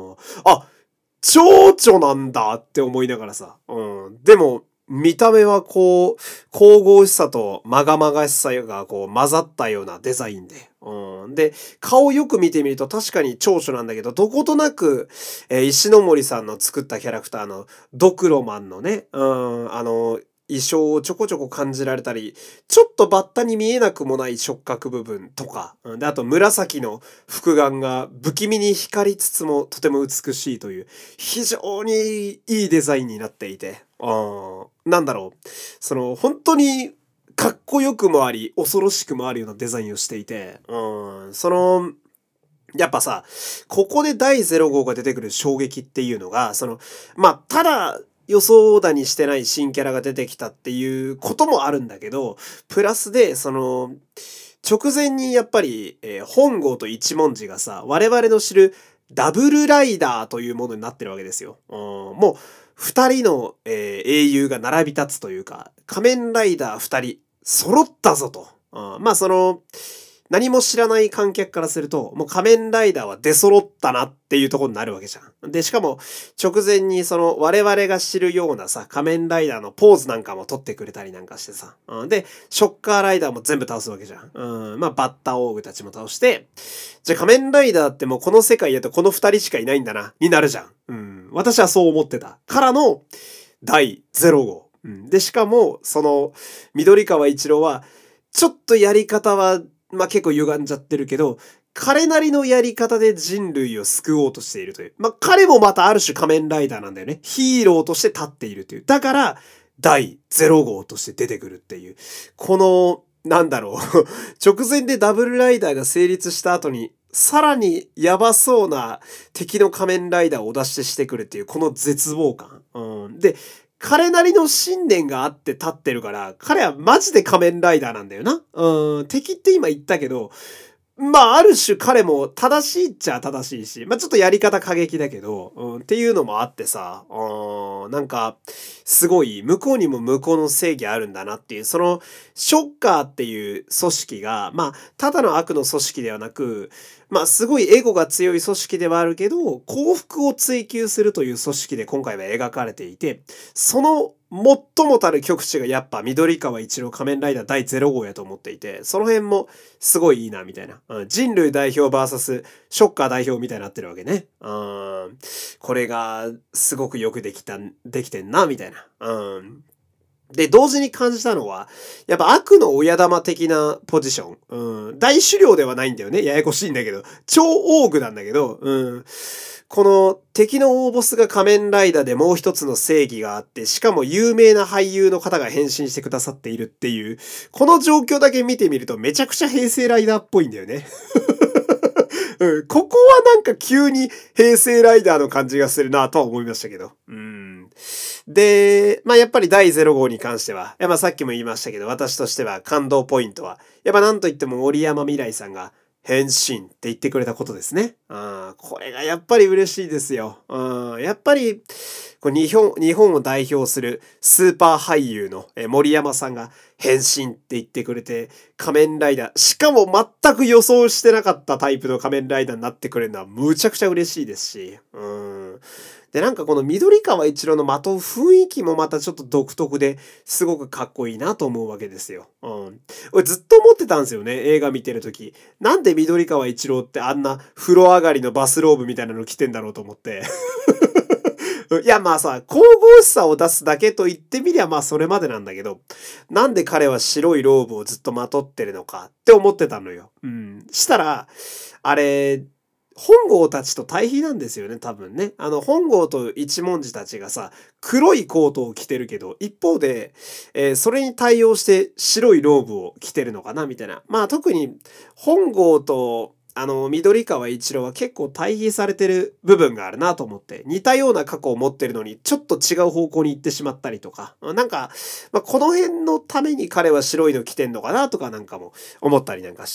蝶々なんだって思いながらさ。でも、見た目は神々しさとまがまがしさが混ざったようなデザインで。で、顔よく見てみると確かに蝶々なんだけど、どことなく、石ノ森さんの作ったキャラクターのドクロマンのね、衣装をちょこちょこ感じられたり、ちょっとバッタに見えなくもない触覚部分とか、で、あと紫の複眼が不気味に光りつつもとても美しいという、非常にいいデザインになっていて、なんだろう、本当にかっこよくもあり、恐ろしくもあるようなデザインをしていて、やっぱさ、ここで第0号が出てくる衝撃っていうのが、ただ、予想だにしてない新キャラが出てきたっていうこともあるんだけど、プラスで、直前にやっぱり、本郷と一文字がさ、我々の知るダブルライダーというものになってるわけですよ。もう、二人の、英雄が並び立つというか、仮面ライダー二人、揃ったぞと。何も知らない観客からすると、もう仮面ライダーは出揃ったなっていうところになるわけじゃん。で、しかも、直前に我々が知るようなさ、仮面ライダーのポーズなんかも撮ってくれたりなんかしてさ。で、ショッカーライダーも全部倒すわけじゃん。バッタオーグたちも倒して、じゃあ仮面ライダーってもうこの世界だとこの二人しかいないんだな、になるじゃん。私はそう思ってた。からの、第0号。で、しかも、緑川一郎は、ちょっとやり方は、結構歪んじゃってるけど、彼なりのやり方で人類を救おうとしているという。彼もまたある種仮面ライダーなんだよね。ヒーローとして立っているという。だから、第0号として出てくるっていう。この、なんだろう。直前でダブルライダーが成立した後に、さらにやばそうな敵の仮面ライダーをお出ししてくるっていう、この絶望感。で、彼なりの信念があって立ってるから、彼はマジで仮面ライダーなんだよな。敵って今言ったけど、ある種彼も正しいっちゃ正しいし、ちょっとやり方過激だけど、っていうのもあってさ、なんか、すごい、向こうにも向こうの正義あるんだなっていう、ショッカーっていう組織が、ただの悪の組織ではなく、すごいエゴが強い組織ではあるけど、幸福を追求するという組織で今回は描かれていて、その最もたる極致がやっぱ緑川一郎仮面ライダー第0号やと思っていて、その辺もすごいいいなみたいな。人類代表 VS ショッカー代表みたいになってるわけね。これがすごくよくできてんなみたいな。で、同時に感じたのは、やっぱ悪の親玉的なポジション。大狩猟ではないんだよね。ややこしいんだけど。超オーグなんだけど、この敵の大ボスが仮面ライダーでもう一つの正義があって、しかも有名な俳優の方が変身してくださっているっていう、この状況だけ見てみるとめちゃくちゃ平成ライダーっぽいんだよね。ここはなんか急に平成ライダーの感じがするなとは思いましたけど。で、やっぱり第0号に関しては、さっきも言いましたけど、私としては感動ポイントは、やっぱなんといっても森山未來さんが変身って言ってくれたことですね。これがやっぱり嬉しいですよ。やっぱり、日本を代表するスーパー俳優の森山さんが変身って言ってくれて、仮面ライダー、しかも全く予想してなかったタイプの仮面ライダーになってくれるのはむちゃくちゃ嬉しいですし、で、なんかこの緑川一郎のまとう雰囲気もまたちょっと独特ですごくかっこいいなと思うわけですよ。俺ずっと思ってたんですよね、映画見てるとき。なんで緑川一郎ってあんな風呂上がりのバスローブみたいなの着てんだろうと思って。いやまあさ、神々しさを出すだけと言ってみりゃまあそれまでなんだけど、なんで彼は白いローブをずっとまとってるのかって思ってたのよ。したら、あれ、本郷たちと対比なんですよね、多分ね。本郷と一文字たちがさ、黒いコートを着てるけど、一方で、それに対応して白いローブを着てるのかな、みたいな。まあ特に、本郷と、緑川一郎は結構対比されてる部分があるなと思って、似たような過去を持ってるのに、ちょっと違う方向に行ってしまったりとか、なんか、まあ、この辺のために彼は白いの着てんのかなとかなんかも思ったりなんかして。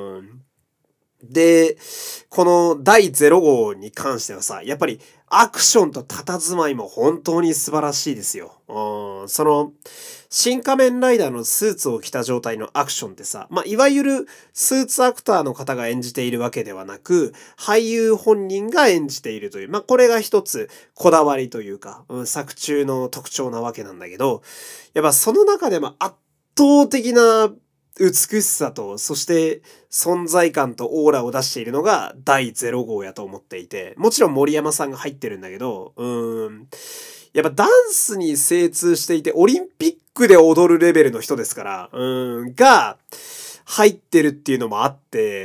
で、この第0号に関してはさ、やっぱりアクションと佇まいも本当に素晴らしいですよ。新仮面ライダーのスーツを着た状態のアクションってさ、まあ、いわゆるスーツアクターの方が演じているわけではなく、俳優本人が演じているという、まあ、これが一つこだわりというか、作中の特徴なわけなんだけど、やっぱその中でも圧倒的な美しさと、そして存在感とオーラを出しているのが第0号やと思っていて、もちろん森山さんが入ってるんだけど、やっぱダンスに精通していて、オリンピックで踊るレベルの人ですから、が、入ってるっていうのもあって、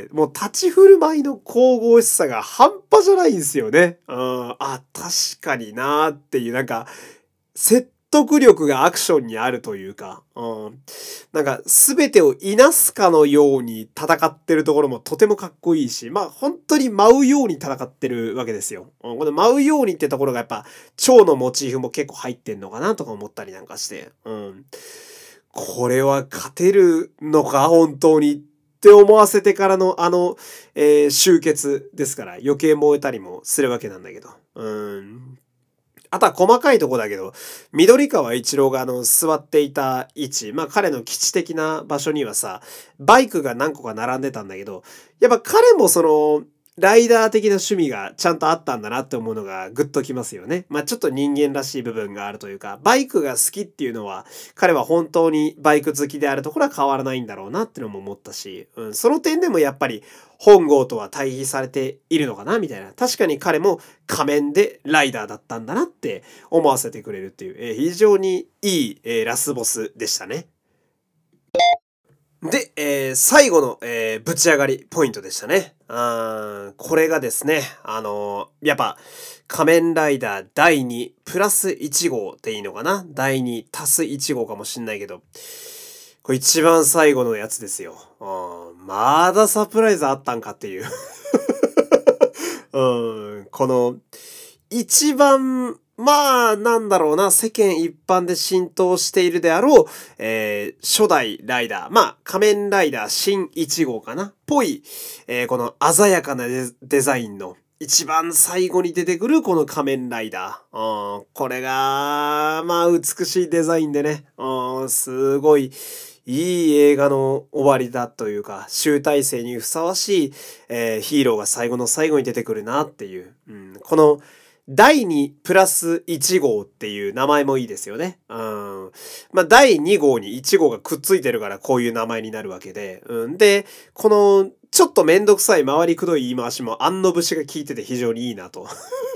もう立ち振る舞いの神々しさが半端じゃないんですよね。確かになーっていう、なんか、説得力がアクションにあるというか、なんか全てをいなすかのように戦ってるところもとてもかっこいいし、まあ本当に舞うように戦ってるわけですよ。この舞うようにってところがやっぱ蝶のモチーフも結構入ってんのかなとか思ったりなんかして、これは勝てるのか本当にって思わせてからの集結ですから余計燃えたりもするわけなんだけど。あとは細かいとこだけど、緑川一郎が座っていた位置、まあ彼の基地的な場所にはさ、バイクが何個か並んでたんだけど、やっぱ彼もライダー的な趣味がちゃんとあったんだなって思うのがグッときますよね。まあちょっと人間らしい部分があるというか、バイクが好きっていうのは、彼は本当にバイク好きであるところは変わらないんだろうなってのも思ったし、その点でもやっぱり本郷とは対比されているのかなみたいな。確かに彼も仮面でライダーだったんだなって思わせてくれるっていう、非常にいい、ラスボスでしたね。で、最後の、ぶち上がりポイントでしたね。これがですね、やっぱ、仮面ライダー第2プラス1号っていいのかな？第2足す1号かもしんないけど、これ一番最後のやつですよ。まだサプライズあったんかっていう。この、一番、まあ、なんだろうな、世間一般で浸透しているであろう、初代ライダー、まあ、仮面ライダー新1号かなぽい、この鮮やかなデザインの、一番最後に出てくるこの仮面ライダー。これが、まあ、美しいデザインでね、すごい、いい映画の終わりだというか、集大成にふさわしい、ヒーローが最後の最後に出てくるなっていう。この、第2プラス1号っていう名前もいいですよね。まあ、第2号に1号がくっついてるからこういう名前になるわけで。で、この、ちょっとめんどくさい回りくどい言い回しも安の節が効いてて非常にいいなと。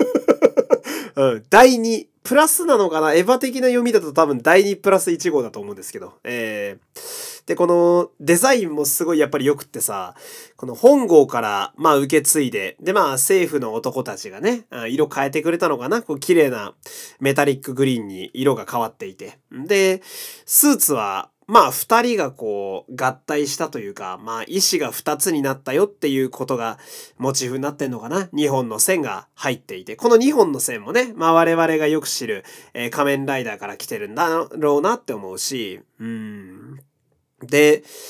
第2プラスなのかなエヴァ的な読みだと多分第2プラス1号だと思うんですけど。で、このデザインもすごいやっぱり良くってさ、この本郷からまあ受け継いで、でまあ政府の男たちがね、色変えてくれたのかなこう綺麗なメタリックグリーンに色が変わっていて。で、スーツはまあ二人がこう合体したというか、まあ意志が二つになったよっていうことがモチーフになってんのかな。2本の線が入っていて、この2本の線もね、まあ我々がよく知る、仮面ライダーから来てるんだろうなって思うし、で、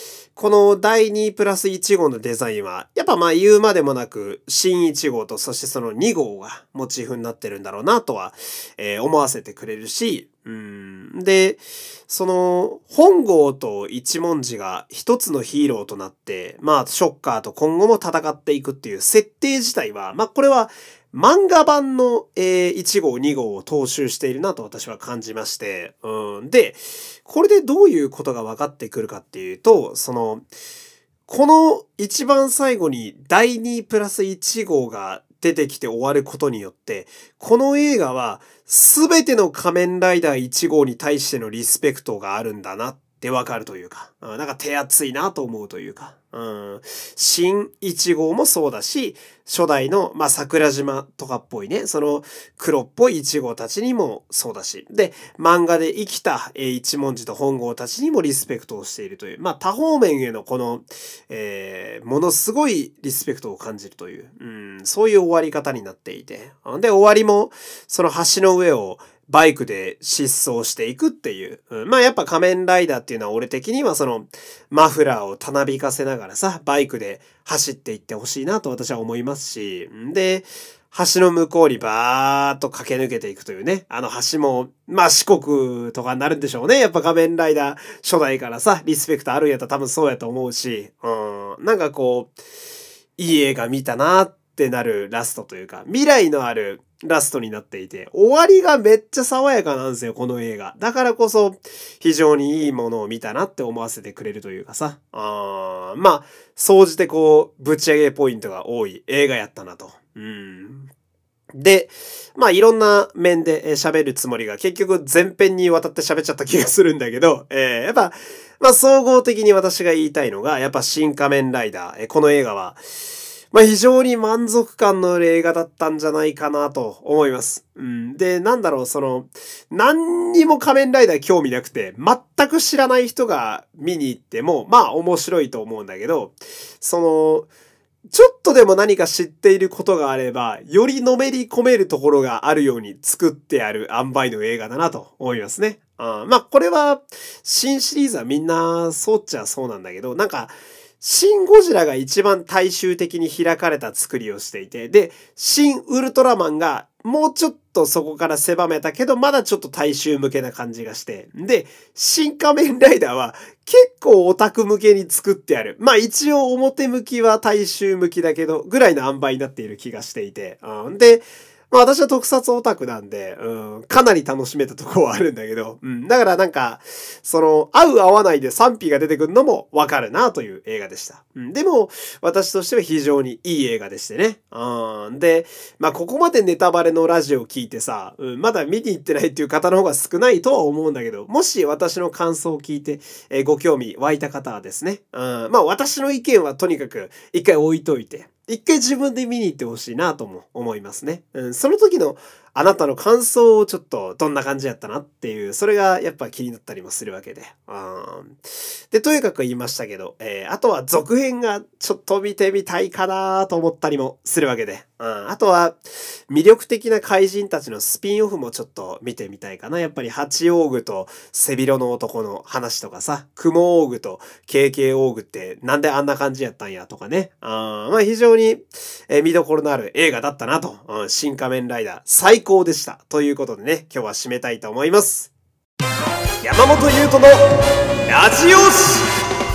この第2プラス1号のデザインは、やっぱまあ言うまでもなく、新1号とそしてその2号がモチーフになってるんだろうなとは、思わせてくれるし、で、その本郷と一文字が一つのヒーローとなって、まあショッカーと今後も戦っていくっていう設定自体は、まあこれは漫画版の、1号2号を踏襲しているなと私は感じまして、で、これでどういうことが分かってくるかっていうと、この一番最後に第2プラス1号が出てきて終わることによって、この映画は全ての仮面ライダー1号に対してのリスペクトがあるんだなってわかるというか、なんか手厚いなと思うというか、新1号もそうだし、初代の、まあ、桜島とかっぽいね、その黒っぽい1号たちにもそうだし、で、漫画で生きた一文字と本郷たちにもリスペクトをしているという、まあ、多方面へのこの、ものすごいリスペクトを感じるという、そういう終わり方になっていて、で、終わりも、その橋の上をバイクで疾走していくっていう。まあやっぱ仮面ライダーっていうのは俺的にはそのマフラーをたなびかせながらさ、バイクで走っていってほしいなと私は思いますし、で、橋の向こうにバーっと駆け抜けていくというね。あの橋も、まあ四国とかになるんでしょうね。やっぱ仮面ライダー初代からさ、リスペクトあるんやったら多分そうやと思うし、なんかこう、いい映画見たなってなるラストというか、未来のあるラストになっていて、終わりがめっちゃ爽やかなんですよ、この映画。だからこそ、非常にいいものを見たなって思わせてくれるというかさ。まあ、総じてこう、ぶち上げポイントが多い映画やったなと。で、まあいろんな面で喋るつもりが結局全編にわたって喋っちゃった気がするんだけど、やっぱ、まあ総合的に私が言いたいのが、やっぱ新仮面ライダー、この映画は、まあ非常に満足感のある映画だったんじゃないかなと思います。で、なんだろう、何にも仮面ライダー興味なくて、全く知らない人が見に行っても、まあ面白いと思うんだけど、ちょっとでも何か知っていることがあれば、よりのめり込めるところがあるように作ってある塩梅の映画だなと思いますね。まあこれは、新シリーズはみんなそうっちゃそうなんだけど、なんか、シン・ゴジラが一番大衆的に開かれた作りをしていて、で、シン・ウルトラマンがもうちょっとそこから狭めたけど、まだちょっと大衆向けな感じがして。で、新仮面ライダーは結構オタク向けに作ってある。まあ一応表向きは大衆向きだけど、ぐらいの塩梅になっている気がしていて。で、まあ私は特撮オタクなんで、かなり楽しめたところはあるんだけど、だからなんか、合う合わないで賛否が出てくるのもわかるなという映画でした。でも、私としては非常にいい映画でしてね。で、まあここまでネタバレのラジオを聞いてさ、まだ見に行ってないっていう方の方が少ないとは思うんだけど、もし私の感想を聞いて、ご興味湧いた方はですね、まあ私の意見はとにかく一回置いといて、一回自分で見に行ってほしいなとも思いますね。その時のあなたの感想をちょっとどんな感じやったなっていう、それがやっぱ気になったりもするわけで。で、とにかく言いましたけど、あとは続編がちょっと見てみたいかなと思ったりもするわけで。あとは魅力的な怪人たちのスピンオフもちょっと見てみたいかな。やっぱり八王具と背広の男の話とかさ、雲王具と KK 王具ってなんであんな感じやったんやとかね。まあ非常に見どころのある映画だったなと。新仮面ライダー最高でした。ということでね、今日は締めたいと思います。山本優斗のラジオシ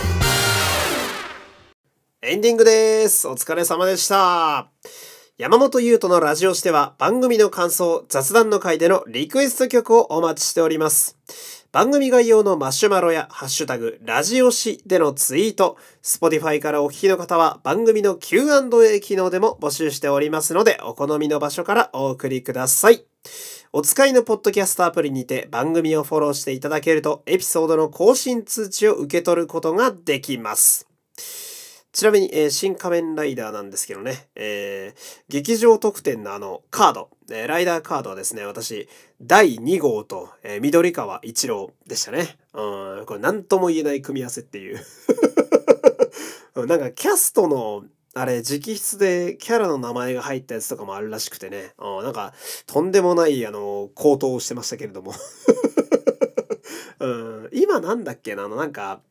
エンディングです。お疲れ様でした。山本優斗のラジオシでは番組の感想、雑談の回でのリクエスト曲をお待ちしております。番組概要のマシュマロやハッシュタグラジオシでのツイート、Spotify からお聞きの方は番組の Q&A 機能でも募集しておりますので、お好みの場所からお送りください。お使いのポッドキャストアプリにて番組をフォローしていただけるとエピソードの更新通知を受け取ることができます。ちなみに、新仮面ライダーなんですけどね、劇場特典のカード、ライダーカードはですね、私、第2号と、緑川一郎でしたね。これ何とも言えない組み合わせっていう。なんかキャストの、あれ、直筆でキャラの名前が入ったやつとかもあるらしくてね。なんか、とんでもない、高騰をしてましたけれども。今なんだっけな、なんか、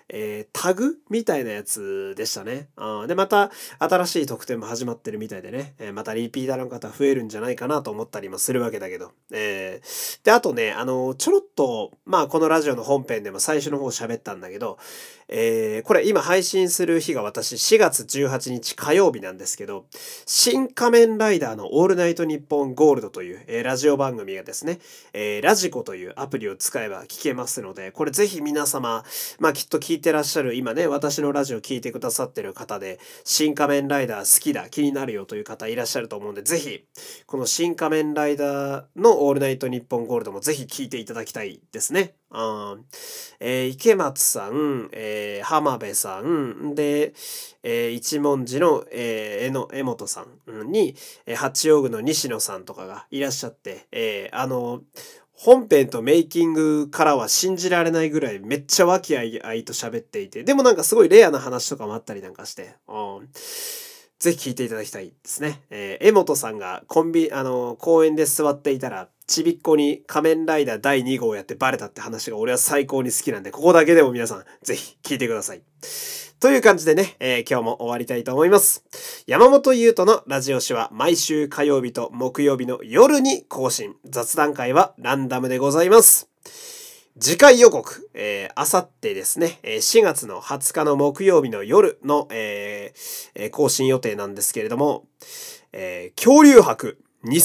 タグみたいなやつでしたね。で、また新しい特典も始まってるみたいでね、またリピーターの方増えるんじゃないかなと思ったりもするわけだけど。で、あとね、ちょろっと、まあこのラジオの本編でも最初の方喋ったんだけど、これ今配信する日が私4月18日火曜日なんですけど、新仮面ライダーのオールナイトニッポンゴールドという、ラジオ番組がですね、ラジコというアプリを使えば聞けますので、これぜひ皆様、まあきっと聞いてらっしゃる、今ね、私のラジオ聞いてくださってる方で、新仮面ライダー好きだ、気になるよという方いらっしゃると思うんで、ぜひ、この新仮面ライダーのオールナイトニッポンゴールドもぜひ聞いていただきたいですね。池松さん、浜辺さん、で、一文字の、江本さんに、八王子の西野さんとかがいらっしゃって、本編とメイキングからは信じられないぐらいめっちゃ和気あいあいと喋っていて、でもなんかすごいレアな話とかもあったりなんかして、ぜひ聞いていただきたいですね。江本さんが公園で座っていたら、ちびっこに仮面ライダー第2号やってバレたって話が俺は最高に好きなんで、ここだけでも皆さん、ぜひ聞いてください。という感じでね、今日も終わりたいと思います。山本優斗のラジオ誌は毎週火曜日と木曜日の夜に更新。雑談会はランダムでございます。次回予告、あさってですね、4月の20日の木曜日の夜の、更新予定なんですけれども、恐竜博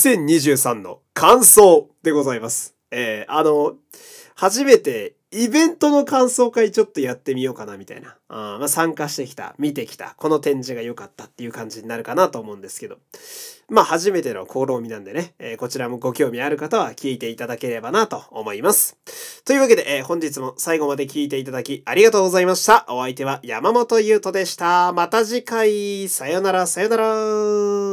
2023の感想でございます。初めてイベントの感想会ちょっとやってみようかなみたいな。まあ、参加してきた、見てきた、この展示が良かったっていう感じになるかなと思うんですけど。まあ初めての試みなんでね、こちらもご興味ある方は聞いていただければなと思います。というわけで、本日も最後まで聞いていただきありがとうございました。お相手は山本優斗でした。また次回、さよならさよなら。